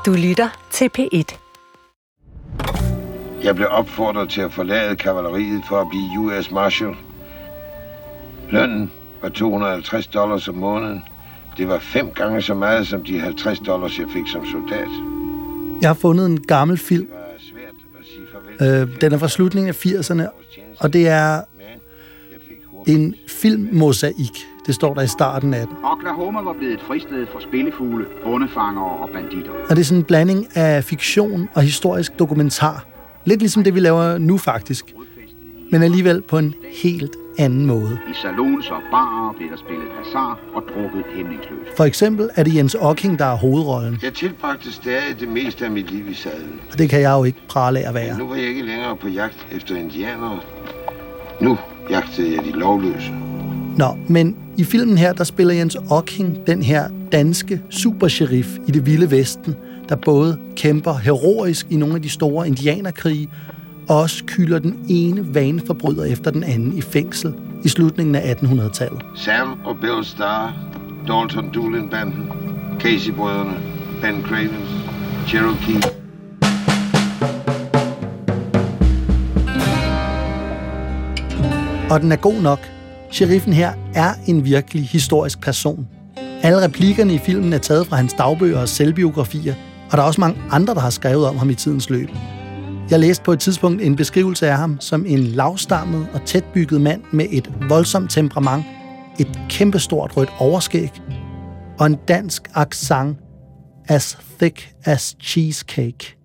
Du lytter til P1. Jeg blev opfordret til at forlade kavaleriet for at blive US Marshal. Lønnen var $250 om måneden. Det var 5 gange så meget som de $50, jeg fik som soldat. Jeg har fundet en gammel film. Den er fra slutningen af 80'erne, og det er en filmmosaik. Det står der i starten af den. Oklahoma var blevet et fristed for spillefugle, bondefangere og banditter. Og det er sådan en blanding af fiktion og historisk dokumentar. Lidt ligesom det, vi laver nu faktisk. Men alligevel på en helt anden måde. I salons og barer blev der spillet hasard og drukket hæmningsløst. For eksempel er det Jens Okking, der er hovedrollen. Jeg tilbragte stadig det meste af mit liv i sadlen. Og det kan jeg jo ikke prale af at være. Men nu var jeg ikke længere på jagt efter indianere. Nu jagtede jeg de lovløse. Nå, men i filmen her, der spiller Jens Okking den her danske supersheriff i det vilde vesten, der både kæmper heroisk i nogle af de store indianerkrige, og også kylder den ene vaneforbryder efter den anden i fængsel i slutningen af 1800-tallet. Sam og Bill Starr, Dalton Doolin-banden, Casey-brødrene, Ben Cravens, Cherokee. Og den er god nok. Sheriffen her er en virkelig historisk person. Alle replikkerne i filmen er taget fra hans dagbøger og selvbiografier, og der er også mange andre, der har skrevet om ham i tidens løb. Jeg læste på et tidspunkt en beskrivelse af ham som en lavstammet og tætbygget mand med et voldsomt temperament, et kæmpestort rødt overskæg og en dansk accent as thick as cheesecake.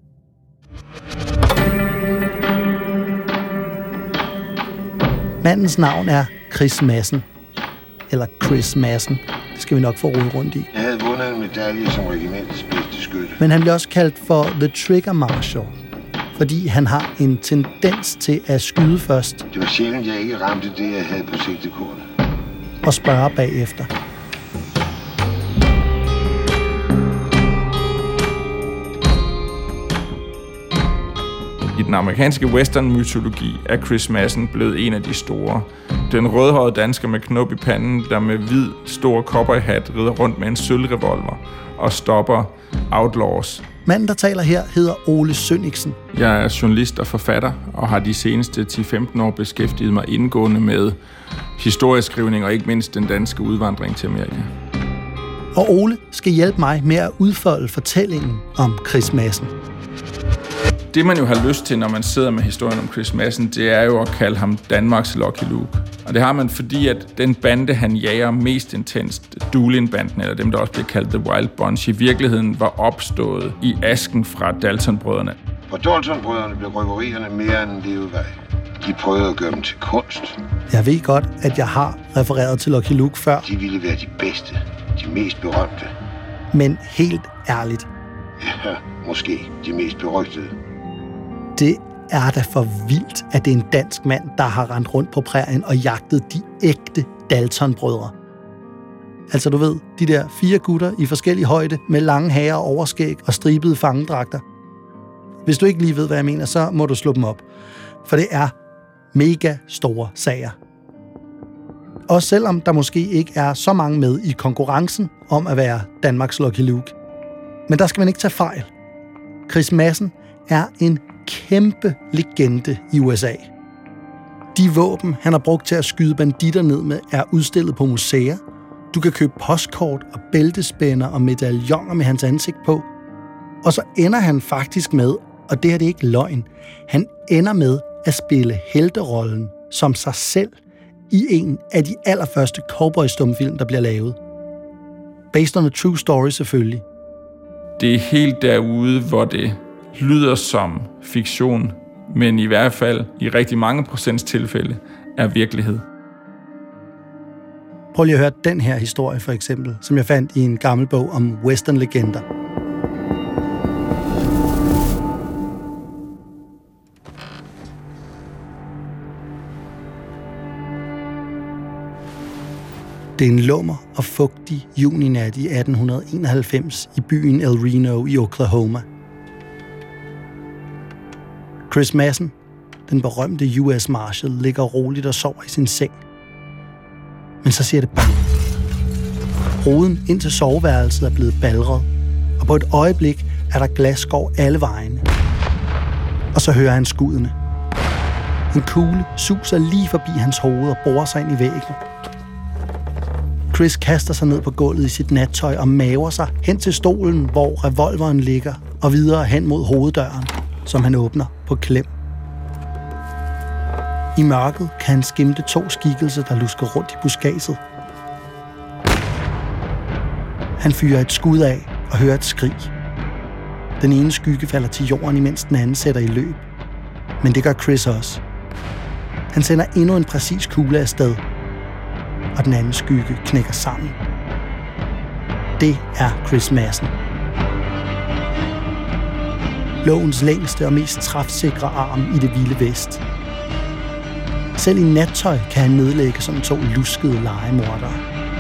Mandens navn er Chris Madsen. Eller Chris Madsen. Det skal vi nok få rodet rundt i. Jeg havde vundet en medalje som regimentets bedste skytte. Men han bliver også kaldt for The Trigger Marshal, fordi han har en tendens til at skyde først. Det var sjældent, jeg ikke ramte det, jeg havde på sigtekornet. Og spørge bagefter. I den amerikanske western-mytologi er Chris Madsen blevet en af de store. Den rødhårede dansker med knop i panden, der med hvid, stor cowboyhat rider rundt med en sølvrevolver og stopper outlaws. Manden, der taler her, hedder Ole Sønniksen. Jeg er journalist og forfatter, og har de seneste 10-15 år beskæftiget mig indgående med historieskrivning og ikke mindst den danske udvandring til Amerika. Og Ole skal hjælpe mig med at udfolde fortællingen om Chris Madsen. Det, man jo har lyst til, når man sidder med historien om Chris Madsen, det er jo at kalde ham Danmarks Lucky Luke. Og det har man, fordi at den bande, han jager mest intenst, Doolin-banden, eller dem, der også bliver kaldt The Wild Bunch, i virkeligheden var opstået i asken fra Dalton-brødrene. For Dalton-brødrene blev røverierne mere end en levevej. De prøvede at gøre dem til kunst. Jeg ved godt, at jeg har refereret til Lucky Luke før. De ville være de bedste, de mest berømte. Men helt ærligt. Ja, måske de mest berygtede. Det er da for vildt, at det er en dansk mand, der har rendt rundt på prærien og jagtet de ægte Dalton-brødre. Altså du ved, de der 4 gutter i forskellige højde med lange hager og overskæg og stribede fangedragter. Hvis du ikke lige ved, hvad jeg mener, så må du slå dem op. For det er mega store sager. Også selvom der måske ikke er så mange med i konkurrencen om at være Danmarks Lucky Luke. Men der skal man ikke tage fejl. Chris Madsen er en kæmpe legende i USA. De våben, han har brugt til at skyde banditter ned med, er udstillet på museer. Du kan købe postkort og bæltespænder og medaljoner med hans ansigt på. Og så ender han faktisk med, og det her det er ikke løgn, han ender med at spille helterollen som sig selv i en af de allerførste cowboy-stumfilm, der bliver lavet. Based on a true story selvfølgelig. Det er helt derude, hvor det lyder som fiktion, men i hvert fald i rigtig mange procents tilfælde er virkelighed. Prøv lige at høre den her historie for eksempel, som jeg fandt i en gammel bog om western-legender. Det er en lummer og fugtig juninat i 1891 i byen El Reno i Oklahoma. Chris Madsen, den berømte US Marshal, ligger roligt og sover i sin seng. Men så siger det bang. Ruden ind til soveværelset er blevet balret, og på et øjeblik er der glasskår alle vegne. Og så hører han skuddene. En kugle suser lige forbi hans hoved og borer sig ind i væggen. Chris kaster sig ned på gulvet i sit nattøj og maver sig hen til stolen, hvor revolveren ligger, og videre hen mod hoveddøren, som han åbner på klem. I mørket kan han skimte 2 skikkelser, der lusker rundt i buskadset. Han fyrer et skud af og hører et skrig. Den ene skygge falder til jorden, imens den anden sætter i løb. Men det gør Chris også. Han sender endnu en præcis kugle afsted, og den anden skygge knækker sammen. Det er Chris Madsen. Lovens længste og mest træfsikre arm i det vilde vest. Selv i nattøj kan han nedlægge sådan 2 luskede legemordere.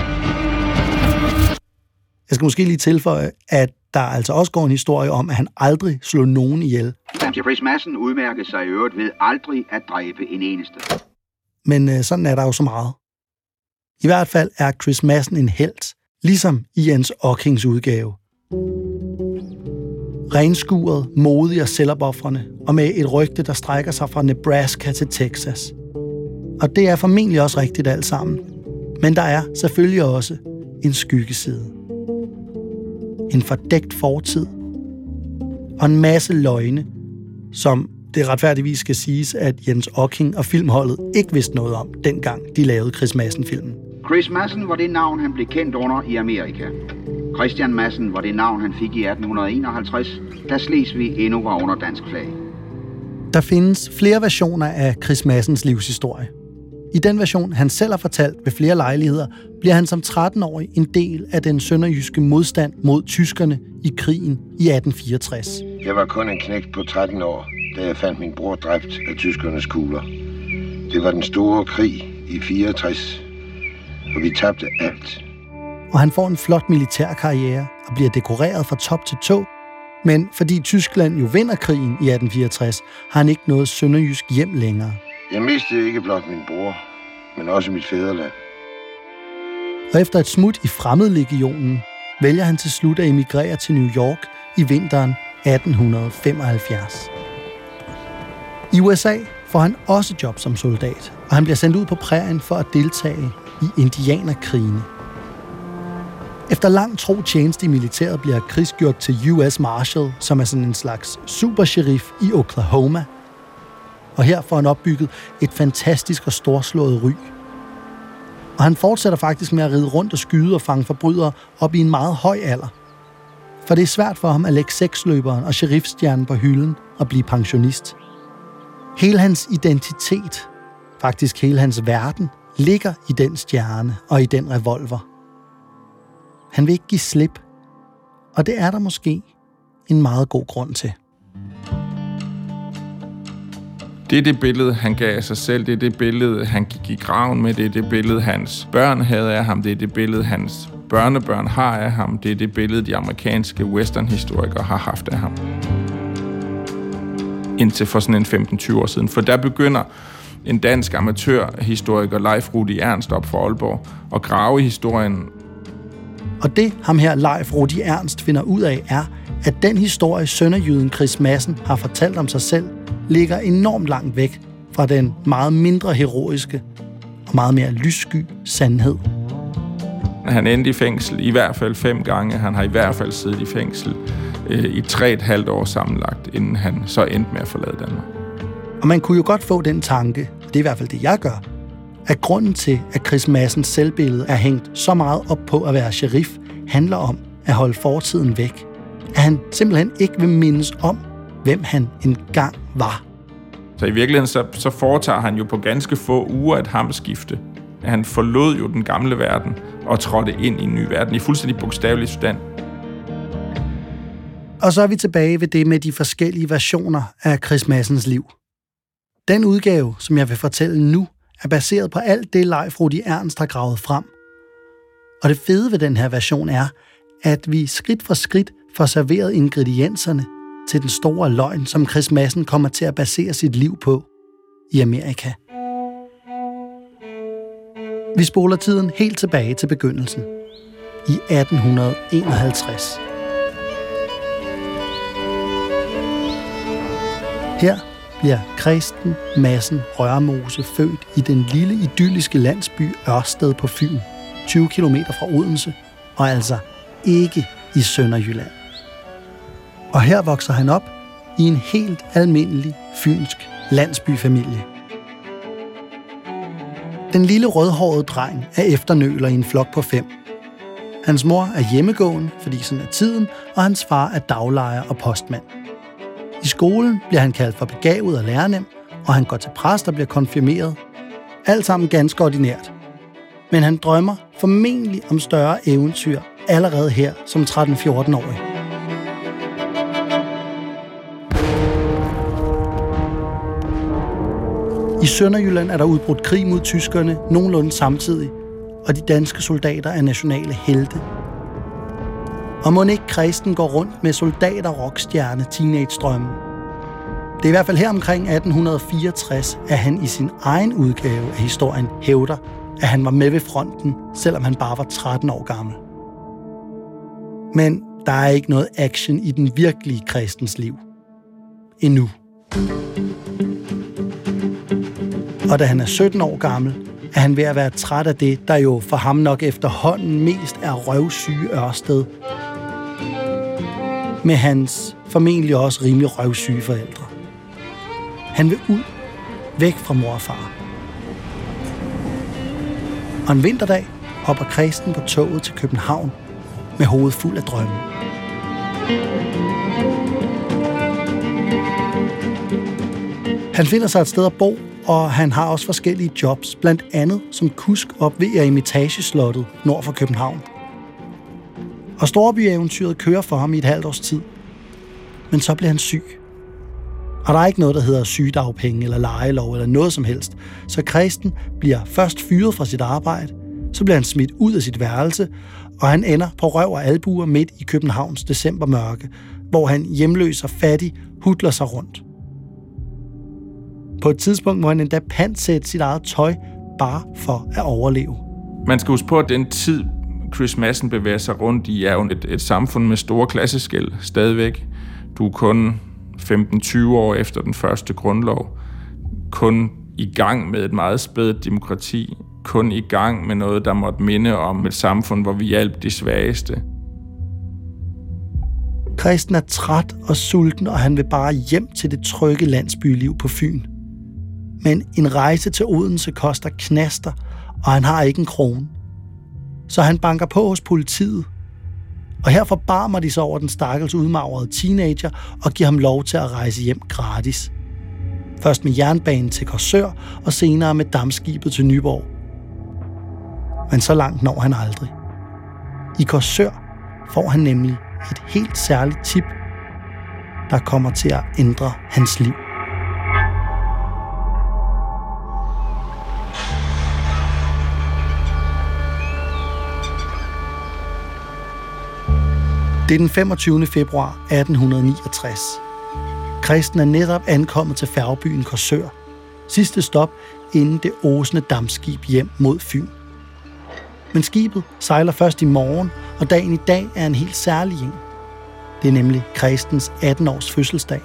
Jeg skal måske lige tilføje, at der altså også går en historie om, at han aldrig slog nogen ihjel. Chris Madsen udmærkede sig i øvrigt ved aldrig at dræbe en eneste. Men sådan er der jo så meget. I hvert fald er Chris Madsen en helt, ligesom i Jens Ockings udgave. Renskuret, modig og selvopoffrende, og med et rygte, der strækker sig fra Nebraska til Texas. Og det er formentlig også rigtigt alt sammen. Men der er selvfølgelig også en skyggeside. En fordækt fortid. Og en masse løgne, som det retfærdigvis skal siges, at Jens Ocking og filmholdet ikke vidste noget om, dengang de lavede Chris Madsen-filmen. Chris Madsen var det navn, han blev kendt under i Amerika. Christian Madsen var det navn, han fik i 1851, da Slesvig endnu var under dansk flag. Der findes flere versioner af Chris Madsens livshistorie. I den version, han selv har fortalt ved flere lejligheder, bliver han som 13-årig en del af den sønderjyske modstand mod tyskerne i krigen i 1864. Jeg var kun en knægt på 13 år, da jeg fandt min bror dræbt af tyskernes kugler. Det var den store krig i 64, og vi tabte alt. Og han får en flot militærkarriere og bliver dekoreret fra top til tå, men fordi Tyskland jo vinder krigen i 1864, har han ikke noget sønderjysk hjem længere. Jeg mistede ikke blot min bror, men også mit fædreland. Og efter et smut i Fremmedlegionen, vælger han til slut at emigrere til New York i vinteren 1875. I USA får han også job som soldat, og han bliver sendt ud på prærien for at deltage i indianerkrigene. Efter lang tro tjeneste i militæret bliver Chris gjort til US Marshal, som er sådan en slags supersheriff i Oklahoma. Og her får han opbygget et fantastisk og storslået ry. Og han fortsætter faktisk med at ride rundt og skyde og fange forbrydere op i en meget høj alder. For det er svært for ham at lægge seksløberen og sheriffstjernen på hylden og blive pensionist. Hele hans identitet, faktisk hele hans verden, ligger i den stjerne og i den revolver. Han vil ikke give slip, og det er der måske en meget god grund til. Det er det billede, han gav af sig selv. Det er det billede, han gik i graven med. Det er det billede, hans børn havde af ham. Det er det billede, hans børnebørn har af ham. Det er det billede, de amerikanske westernhistorikere har haft af ham. Indtil for sådan en 15-20 år siden. For der begynder en dansk amatørhistoriker, Leif Rudi Ernst, op fra Aalborg, at grave i historien. Og det, ham her Leif Rudi Ernst finder ud af, er, at den historie, sønderjyden Chris Madsen har fortalt om sig selv, ligger enormt langt væk fra den meget mindre heroiske og meget mere lyssky sandhed. Han endte i fængsel i hvert fald 5 gange. Han har i hvert fald siddet i fængsel i 3,5 år sammenlagt, inden han så endte med at forlade Danmark. Og man kunne jo godt få den tanke, det er i hvert fald det, jeg gør, at grunden til, at Chris Madsens selvbillede er hængt så meget op på at være sheriff, handler om at holde fortiden væk. At han simpelthen ikke vil mindes om, hvem han engang var. Så i virkeligheden så foretager han jo på ganske få uger et hamskifte. Han forlod jo den gamle verden og trådte ind i en ny verden i fuldstændig bogstavelig forstand. Og så er vi tilbage ved det med de forskellige versioner af Chris Madsens liv. Den udgave, som jeg vil fortælle nu, er baseret på alt det, Leif Rudi Ernst har gravet frem. Og det fede ved den her version er, at vi skridt for skridt får serveret ingredienserne til den store løgn, som Chris Madsen kommer til at basere sit liv på i Amerika. Vi spoler tiden helt tilbage til begyndelsen. I 1851. Her bliver Christen Madsen Rørmose født i den lille idylliske landsby Ørsted på Fyn, 20 km fra Odense, og altså ikke i Sønderjylland. Og her vokser han op i en helt almindelig fynsk landsbyfamilie. Den lille rødhårede dreng er efternøler i en flok på 5. Hans mor er hjemmegående, fordi sådan er tiden, og hans far er daglejer og postmand. I skolen bliver han kaldt for begavet og lærenem, og han går til præst og bliver konfirmeret. Alt sammen ganske ordinært. Men han drømmer formentlig om større eventyr allerede her som 13-14-årig. I Sønderjylland er der udbrudt krig mod tyskerne nogenlunde samtidig, og de danske soldater er nationale helte. Og mon ikke Christen går rundt med soldater-rockstjerne teenage-drømme. Det er i hvert fald her omkring 1864, at han i sin egen udgave af historien hævder, at han var med ved fronten, selvom han bare var 13 år gammel. Men der er ikke noget action i den virkelige Christens liv. Endnu. Og da han er 17 år gammel, er han ved at være træt af det, der jo for ham nok efterhånden mest er røvsyge Ørsted. Med hans formentlig også rimelig røvsyge forældre. Han vil ud, væk fra mor og far. Og en vinterdag hopper Christen på toget til København med hovedet fuld af drømme. Han finder sig et sted at bo, og han har også forskellige jobs, blandt andet som kusk op ved Eremitageslottet nord for København. Og storbyeventyret kører for ham i et halvt års tid. Men så bliver han syg. Og der er ikke noget, der hedder sygedagpenge eller lejelov eller noget som helst. Så Christen bliver først fyret fra sit arbejde, så bliver han smidt ud af sit værelse, og han ender på røv og albuer midt i Københavns decembermørke, hvor han hjemløs og fattig hutler sig rundt. På et tidspunkt må han endda pantsætte sit eget tøj, bare for at overleve. Man skal huske på, at den tid, Chris Madsen bevæger sig rundt i, er jo et samfund med store klasseskel stadigvæk. Du er kun 15-20 år efter den første grundlov. Kun i gang med et meget spædt demokrati. Kun i gang med noget, der måtte minde om et samfund, hvor vi hjalp de svageste. Christen er træt og sulten, og han vil bare hjem til det trygge landsbyliv på Fyn. Men en rejse til Odense koster knaster, og han har ikke en krone. Så han banker på hos politiet. Og her forbarmer de sig over den stakkels udmagrede teenager og giver ham lov til at rejse hjem gratis. Først med jernbanen til Korsør, og senere med dampskibet til Nyborg. Men så langt når han aldrig. I Korsør får han nemlig et helt særligt tip, der kommer til at ændre hans liv. Det er den 25. februar 1869. Christen er netop ankommet til færgebyen Korsør. Sidste stop inden det osende dampskib hjem mod Fyn. Men skibet sejler først i morgen, og dagen i dag er en helt særlig en. Det er nemlig Christens 18-års fødselsdag.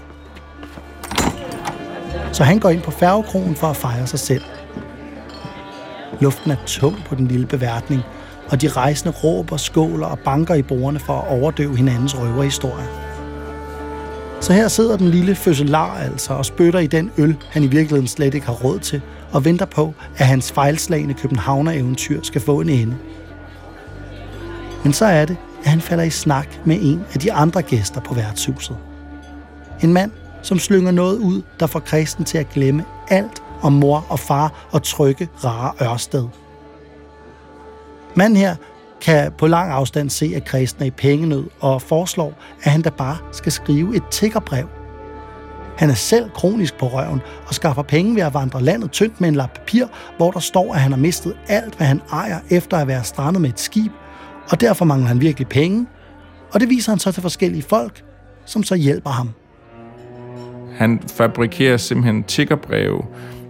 Så han går ind på færgekroen for at fejre sig selv. Luften er tung på den lille beværtning, og de rejsende råber, skåler og banker i bordene for at overdøve hinandens røverhistorier. Så her sidder den lille fødselar altså og spytter i den øl, han i virkeligheden slet ikke har råd til, og venter på, at hans fejlslagne københavner-eventyr skal få en ende. Men så er det, at han falder i snak med en af de andre gæster på værtshuset. En mand, som slynger noget ud, der får Christen til at glemme alt om mor og far og trygge, rare Ørsted. Manden her kan på lang afstand se, at Christen er i pengenød og foreslår, at han da bare skal skrive et tiggerbrev. Han er selv kronisk på røven og skaffer penge ved at vandre landet tyndt med en lap papir, hvor der står, at han har mistet alt, hvad han ejer efter at være strandet med et skib, og derfor mangler han virkelig penge, og det viser han så til forskellige folk, som så hjælper ham. Han fabrikerer simpelthen tiggerbreve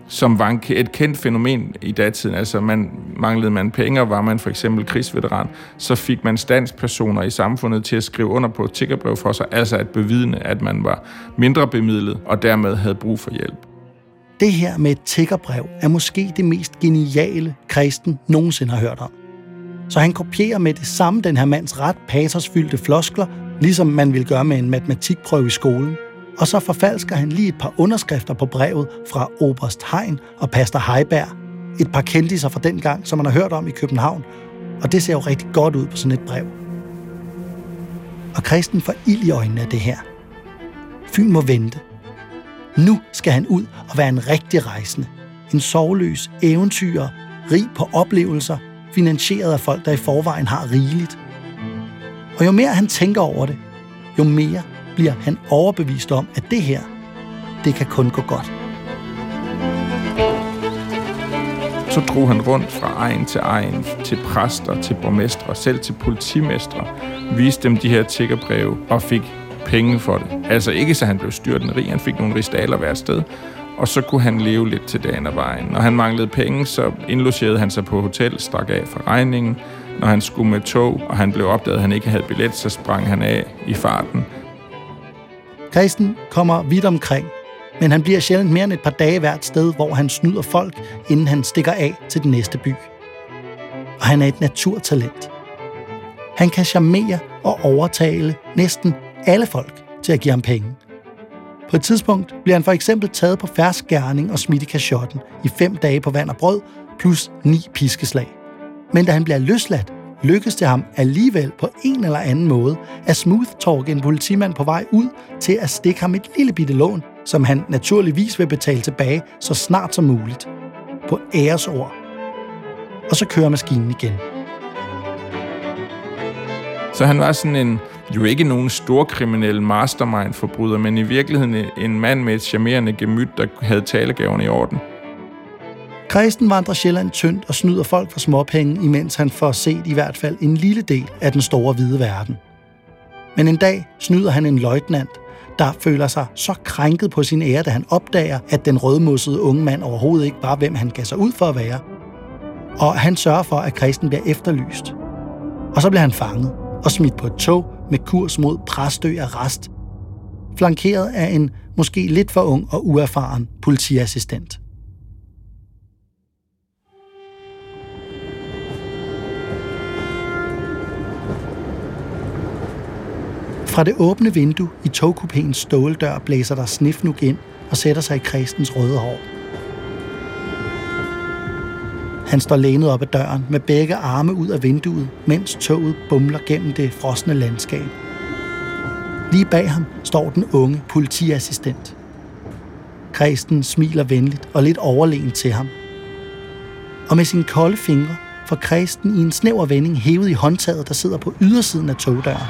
som var et kendt fænomen i datiden. Altså manglede man penge, og var man for eksempel krigsveteran, så fik man standspersoner i samfundet til at skrive under på et tiggerbrev for sig, altså at bevidne, at man var mindre bemidlet og dermed havde brug for hjælp. Det her med et tiggerbrev er måske det mest geniale, Christen nogensinde har hørt om. Så han kopierer med det samme den her mands ret patosfyldte floskler, ligesom man ville gøre med en matematikprøve i skolen. Og så forfalsker han lige et par underskrifter på brevet fra Oberst Hein og pastor Heiberg. Et par kendiser fra den gang, som man har hørt om i København. Og det ser jo rigtig godt ud på sådan et brev. Og Christen får ild i øjnene af det her. Fyn må vente. Nu skal han ud og være en rigtig rejsende. En sorgløs eventyrer, rig på oplevelser, finansieret af folk, der i forvejen har rigeligt. Og jo mere han tænker over det, jo mere bliver han overbevist om, at det her, det kan kun gå godt. Så drog han rundt fra egen til egen, til præster, til borgmestre, selv til politimestre, viste dem de her tiggerbreve og fik penge for det. Altså ikke så han blev styrtende rig, han fik nogle rigsdaler hvert sted, og så kunne han leve lidt til dagen og vejen. Når han manglede penge, så indlogerede han sig på hotel, stak af fra regningen. Når han skulle med tog, og han blev opdaget, at han ikke havde billet, så sprang han af i farten. Christen kommer vidt omkring, men han bliver sjældent mere end et par dage hvert sted, hvor han snyder folk, inden han stikker af til den næste by. Og han er et naturtalent. Han kan charmere og overtale næsten alle folk til at give ham penge. På et tidspunkt bliver han for eksempel taget på fersk gerning og smidt i kashotten i 5 dage på vand og brød, plus 9 piskeslag. Men da han bliver løsladt, lykkes det ham alligevel på en eller anden måde at smooth-talke en politimand på vej ud til at stikke ham et lille bitte lån, som han naturligvis vil betale tilbage så snart som muligt. På æresord. Og så kører maskinen igen. Så han var sådan jo ikke nogen storkriminel mastermind-forbryder, men i virkeligheden en mand med et charmerende gemyt, der havde talegaverne i orden. Christen vandrer Sjælland tyndt og snyder folk for småpenge, imens han får set i hvert fald en lille del af den store hvide verden. Men en dag snyder han en løjtnant, der føler sig så krænket på sin ære, da han opdager, at den rødmussede unge mand overhovedet ikke var, hvem han gav sig ud for at være. Og han sørger for, at Christen bliver efterlyst. Og så bliver han fanget og smidt på et tog med kurs mod Præstø Arrest, flankeret af en måske lidt for ung og uerfaren politiassistent. Fra det åbne vindue i togkupéens ståldør blæser der snifnuk ind og sætter sig i Christens røde hår. Han står lænet op ad døren med begge arme ud af vinduet, mens toget bumler gennem det frosne landskab. Lige bag ham står den unge politiassistent. Christen smiler venligt og lidt overlegen til ham. Og med sine kolde fingre får Christen i en snæver vending hævet i håndtaget, der sidder på ydersiden af togdøren.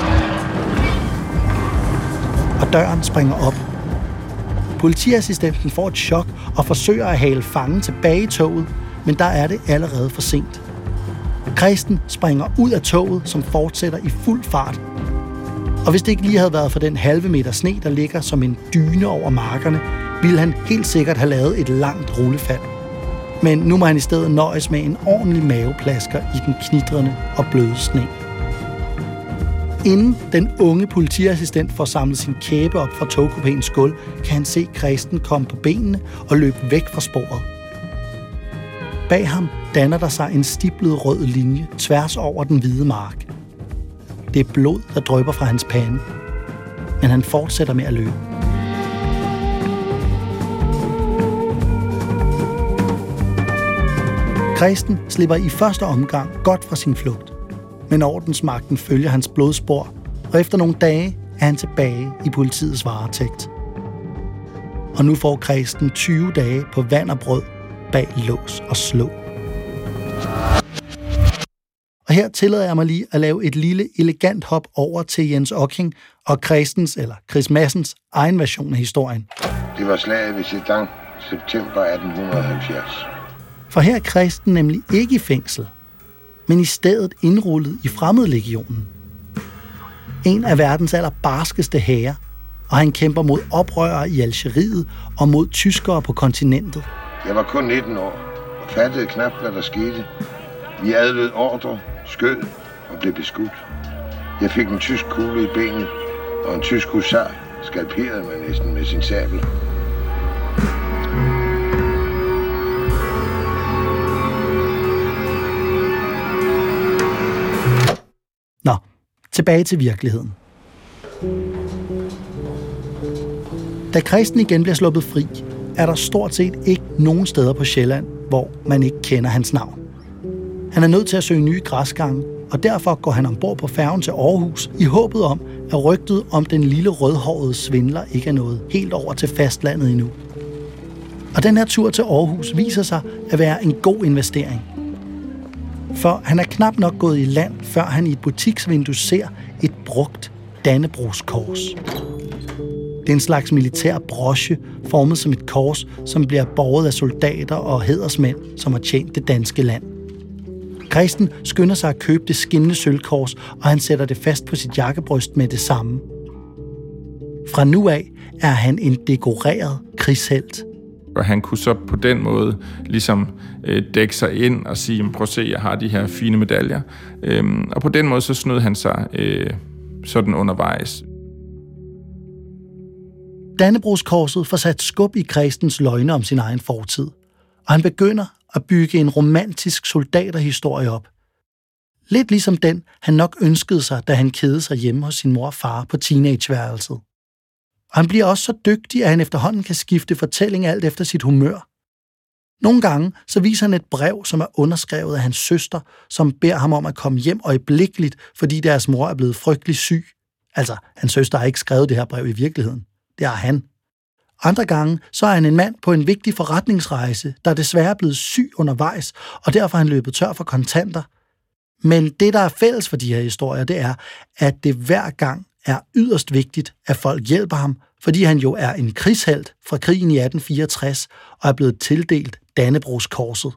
Og døren springer op. Politiassistenten får et chok og forsøger at hale fangen tilbage i toget, men der er det allerede for sent. Christen springer ud af toget, som fortsætter i fuld fart. Og hvis det ikke lige havde været for den halve meter sne, der ligger som en dyne over markerne, ville han helt sikkert have lavet et langt rullefald. Men nu må han i stedet nøjes med en ordentlig maveplasker i den knitrende og bløde sne. Inden den unge politiassistent får samlet sin kæbe op fra togkupéens gulv, kan han se Christen komme på benene og løbe væk fra sporet. Bag ham danner der sig en stiplet rød linje tværs over den hvide mark. Det er blod, der drypper fra hans pande, men han fortsætter med at løbe. Christen slipper i første omgang godt fra sin flugt, men ordensmagten følger hans blodspor, og efter nogle dage er han tilbage i politiets varetægt. Og nu får Christen 20 dage på vand og brød bag lås og slå. Og her tillader jeg mig lige at lave et lille elegant hop over til Jens Ocking og Christens eller Chris Madsens egen version af historien. Det var slaget ved Sedan, september 1870. For her er Christen nemlig ikke i fængsel, men i stedet indrullet i Fremmedlegionen. En af verdens allerbarskeste hære, og han kæmper mod oprørere i Algeriet og mod tyskere på kontinentet. Jeg var kun 19 år og fattede knap, hvad der skete. Vi adlød ordre, skød og blev beskudt. Jeg fik en tysk kugle i benet, og en tysk husar skalperede mig næsten med sin sabel. Nå, tilbage til virkeligheden. Da Christen igen bliver sluppet fri, er der stort set ikke nogen steder på Sjælland, hvor man ikke kender hans navn. Han er nødt til at søge nye græsgange, og derfor går han ombord på færgen til Aarhus i håbet om, at rygtet om den lille rødhårede svindler ikke er nået helt over til fastlandet endnu. Og den her tur til Aarhus viser sig at være en god investering. For han er knap nok gået i land, før han i et butiksvindue ser et brugt Dannebrogskors. Det er en slags militær broche, formet som et kors, som bliver båret af soldater og hædersmænd, som har tjent det danske land. Christen skynder sig at købe det skinnende sølvkors, og han sætter det fast på sit jakkebryst med det samme. Fra nu af er han en dekoreret krigshelt. Og han kunne så på den måde ligesom dække sig ind og sige, prøv at se, jeg har de her fine medaljer. Og på den måde så snød han sig sådan undervejs. Dannebrogskorset får sat skub i Christens løgne om sin egen fortid, og han begynder at bygge en romantisk soldaterhistorie op. Lidt ligesom den, han nok ønskede sig, da han kedede sig hjemme hos sin mor og far på teenageværelset. Og han bliver også så dygtig, at han efterhånden kan skifte fortælling alt efter sit humør. Nogle gange så viser han et brev, som er underskrevet af hans søster, som beder ham om at komme hjem øjeblikkeligt, fordi deres mor er blevet frygtelig syg. Altså, hans søster har ikke skrevet det her brev i virkeligheden. Det er han. Andre gange så er han en mand på en vigtig forretningsrejse, der desværre er blevet syg undervejs, og derfor er han løbet tør for kontanter. Men det, der er fælles for de her historier, det er, at det hver gang er yderst vigtigt, at folk hjælper ham, fordi han jo er en krigshelt fra krigen i 1864 og er blevet tildelt Dannebrogskorset.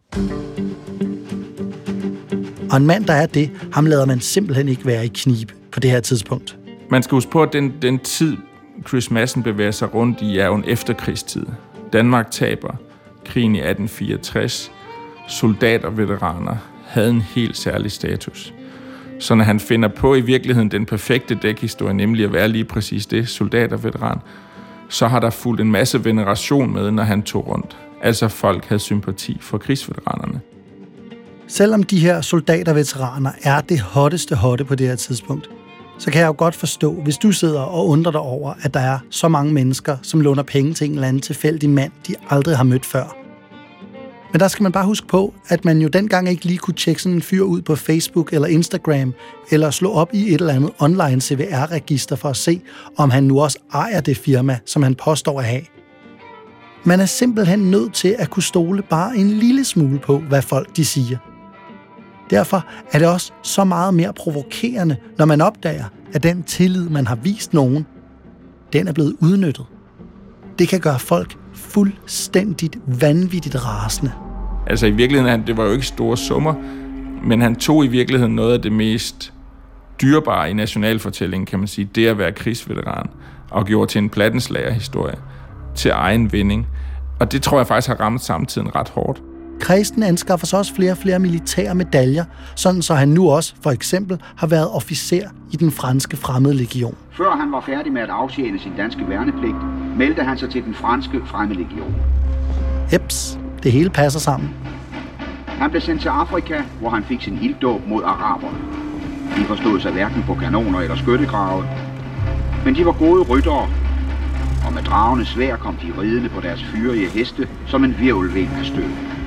Og en mand, der er det, ham lader man simpelthen ikke være i knibe på det her tidspunkt. Man skal huske på, at den tid, Chris Madsen bevæger sig rundt i, er jo en efterkrigstid. Danmark taber krigen i 1864. Soldater og veteraner havde en helt særlig status. Så når han finder på i virkeligheden den perfekte dækhistorie, nemlig at være lige præcis det, soldat og veteran, så har der fulgt en masse veneration med, når han tog rundt. Altså folk havde sympati for krigsveteranerne. Selvom de her soldater-veteraner er det hotteste hotte på det her tidspunkt, så kan jeg jo godt forstå, hvis du sidder og undrer dig over, at der er så mange mennesker, som låner penge til en eller anden tilfældig mand, de aldrig har mødt før. Men der skal man bare huske på, at man jo dengang ikke lige kunne tjekke sådan en fyr ud på Facebook eller Instagram, eller slå op i et eller andet online CVR-register for at se, om han nu også ejer det firma, som han påstår at have. Man er simpelthen nødt til at kunne stole bare en lille smule på, hvad folk de siger. Derfor er det også så meget mere provokerende, når man opdager, at den tillid, man har vist nogen, den er blevet udnyttet. Det kan gøre folk fuldstændigt vanvittigt rasende. Altså i virkeligheden, det var jo ikke store summer, men han tog i virkeligheden noget af det mest dyrebare i nationalfortællingen, kan man sige, det at være krigsveteran, og gjorde til en plattenslagerhistorie, til egen vinding. Og det tror jeg faktisk har ramt samtiden ret hårdt. Christen anskaffer sig også flere og flere militære medaljer, sådan så han nu også, for eksempel, har været officer i den franske fremmedlegion. Før han var færdig med at aftjene sin danske værnepligt, meldte han sig til den franske fremmedlegion. Heps, det hele passer sammen. Han blev sendt til Afrika, hvor han fik sin ilddåb mod araberne. De forstod sig hverken på kanoner eller skyttegrave, men de var gode ryttere, og med dragende sværd kom de ridende på deres fyrige heste som en hvirvelvind af støv.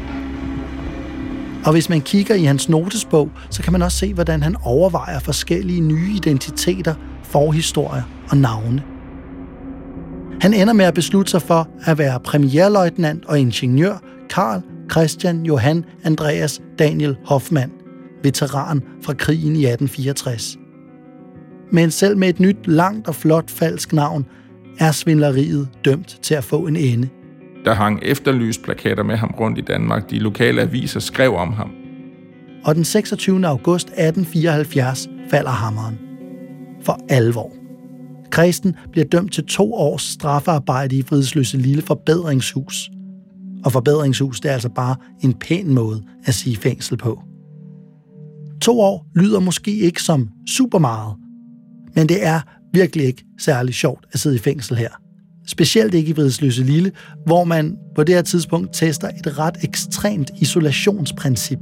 Og hvis man kigger i hans notesbog, så kan man også se, hvordan han overvejer forskellige nye identiteter, forhistorier og navne. Han ender med at beslutte sig for at være premierløjtnant og ingeniør Carl Christian Johan Andreas Daniel Hoffmann, veteran fra krigen i 1864. Men selv med et nyt, langt og flot falsk navn, er svindleriet dømt til at få en ende. Der hang efterlysplakater med ham rundt i Danmark. De lokale aviser skrev om ham. Og den 26. august 1874 falder hammeren. For alvor. Christen bliver dømt til 2 års strafarbejde i Vridsløselille forbedringshus. Og forbedringshus, det er altså bare en pæn måde at sige fængsel på. 2 år lyder måske ikke som super meget, men det er virkelig ikke særlig sjovt at sidde i fængsel her. Specielt ikke i Vridsløselille, hvor man på det her tidspunkt tester et ret ekstremt isolationsprincip.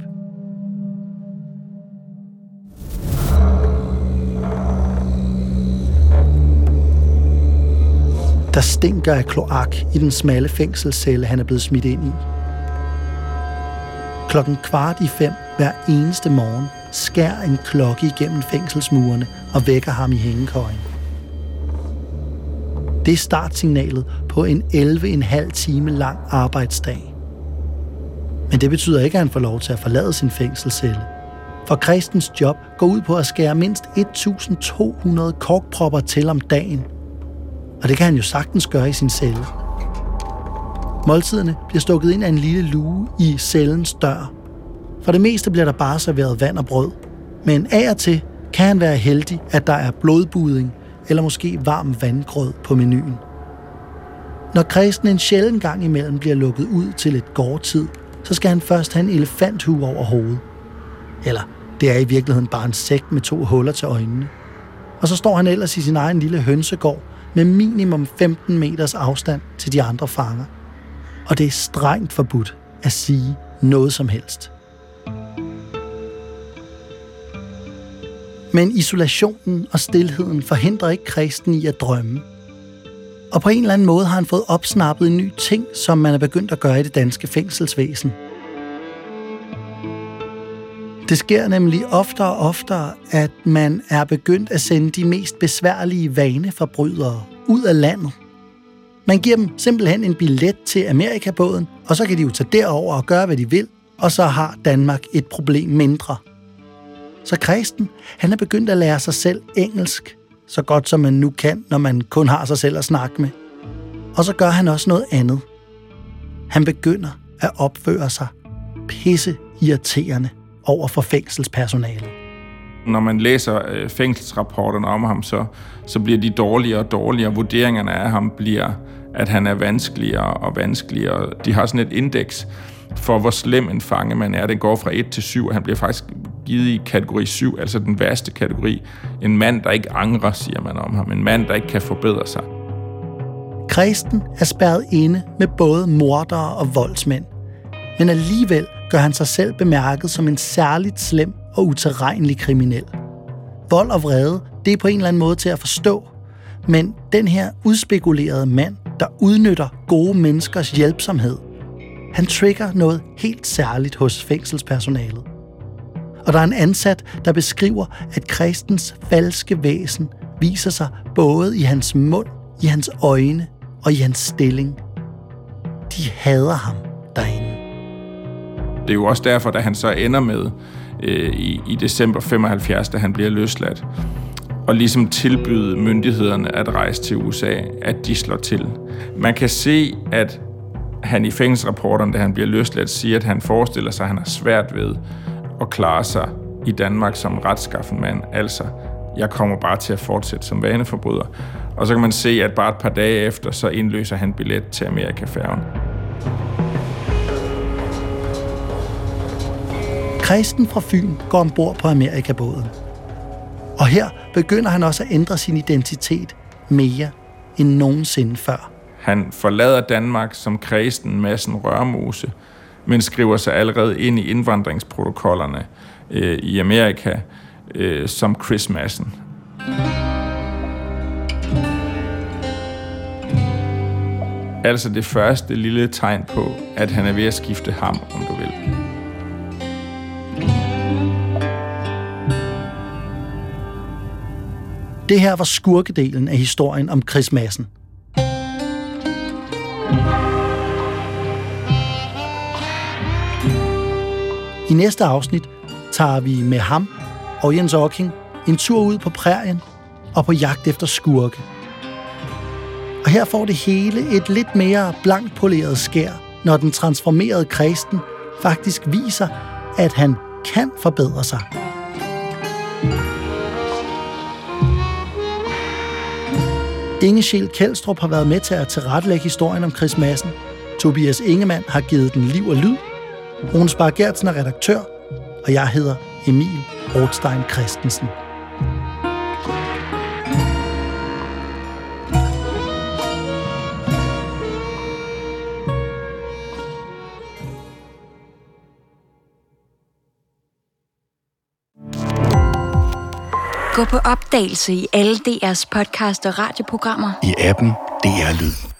Der stinker af kloak i den smalle fængselscelle, han er blevet smidt ind i. 4:15 hver eneste morgen skærer en klokke igennem fængselsmurene og vækker ham i hængekøjen. Det er startsignalet på en 11,5 time lang arbejdsdag. Men det betyder ikke, at han får lov til at forlade sin fængselscelle. For Kristens job går ud på at skære mindst 1.200 korkpropper til om dagen. Og det kan han jo sagtens gøre i sin celle. Måltiderne bliver stukket ind af en lille luge i cellens dør. For det meste bliver der bare serveret vand og brød. Men af og til kan han være heldig, at der er blodbudding eller måske varm vandgrød på menuen. Når Kristen en sjælden gang imellem bliver lukket ud til et gårdtid, så skal han først have en elefanthue over hovedet. Eller det er i virkeligheden bare en sæk med 2 huller til øjnene. Og så står han ellers i sin egen lille hønsegård med minimum 15 meters afstand til de andre fanger. Og det er strengt forbudt at sige noget som helst. Men isolationen og stilheden forhindrer ikke Kristen i at drømme. Og på en eller anden måde har han fået opsnappet en ny ting, som man er begyndt at gøre i det danske fængselsvæsen. Det sker nemlig oftere og oftere, at man er begyndt at sende de mest besværlige vaneforbrydere ud af landet. Man giver dem simpelthen en billet til Amerikabåden, og så kan de jo tage derover og gøre, hvad de vil, og så har Danmark et problem mindre. Så Kristen, han er begyndt at lære sig selv engelsk, så godt som man nu kan, når man kun har sig selv at snakke med. Og så gør han også noget andet. Han begynder at opføre sig pisse irriterende over for fængselspersonalet. Når man læser fængselsrapporterne om ham, så bliver de dårligere og dårligere. Vurderingerne af ham bliver, at han er vanskeligere og vanskeligere. De har sådan et indeks for, hvor slem en fange man er. Den går fra 1 til 7, og han bliver faktisk givet i kategori 7, altså den værste kategori. En mand, der ikke angrer, siger man om ham. En mand, der ikke kan forbedre sig. Kristen er spærret inde med både mordere og voldsmænd. Men alligevel gør han sig selv bemærket som en særligt slem og utilregnelig kriminel. Vold og vrede, det er på en eller anden måde til at forstå. Men den her udspekulerede mand, der udnytter gode menneskers hjælpsomhed, han trigger noget helt særligt hos fængselspersonalet. Og der er en ansat, der beskriver, at Kristens falske væsen viser sig både i hans mund, i hans øjne og i hans stilling. De hader ham derinde. Det er jo også derfor, da han så ender med i december 75, da han bliver løsladt, og ligesom tilbyde myndighederne at rejse til USA, at de slår til. Man kan se, at han i fængselsrapporterne, da han bliver løsladt, siger, at han forestiller sig, at han har svært ved at klare sig i Danmark som retskaffen mand. Altså, jeg kommer bare til at fortsætte som vaneforbryder. Og så kan man se, at bare et par dage efter, så indløser han billet til Amerikafærgen. Kristen fra Fyn går ombord på Amerikabåden. Og her begynder han også at ændre sin identitet mere end nogensinde før. Han forlader Danmark som Kristen Madsen Rørmose, men skriver sig allerede ind i indvandringsprotokollerne i Amerika som Chris Madsen. Altså det første lille tegn på, at han er ved at skifte ham, om du vil. Det her var skurkedelen af historien om Chris Madsen. I næste afsnit tager vi med ham og Jens Ocking en tur ud på prærien og på jagt efter skurke. Og her får det hele et lidt mere blankt poleret skær, når den transformerede Kristen faktisk viser, at han kan forbedre sig. Inge Scheel Kjeldstrup har været med til at tilrettelægge historien om Chris Madsen. Tobias Ingemann har givet den liv og lyd. Rune Spar Gertsen er redaktør, og jeg hedder Emil Rothstein Christensen. Gå på opdagelse i alle DR's podcast og radioprogrammer. I appen DR Lyd.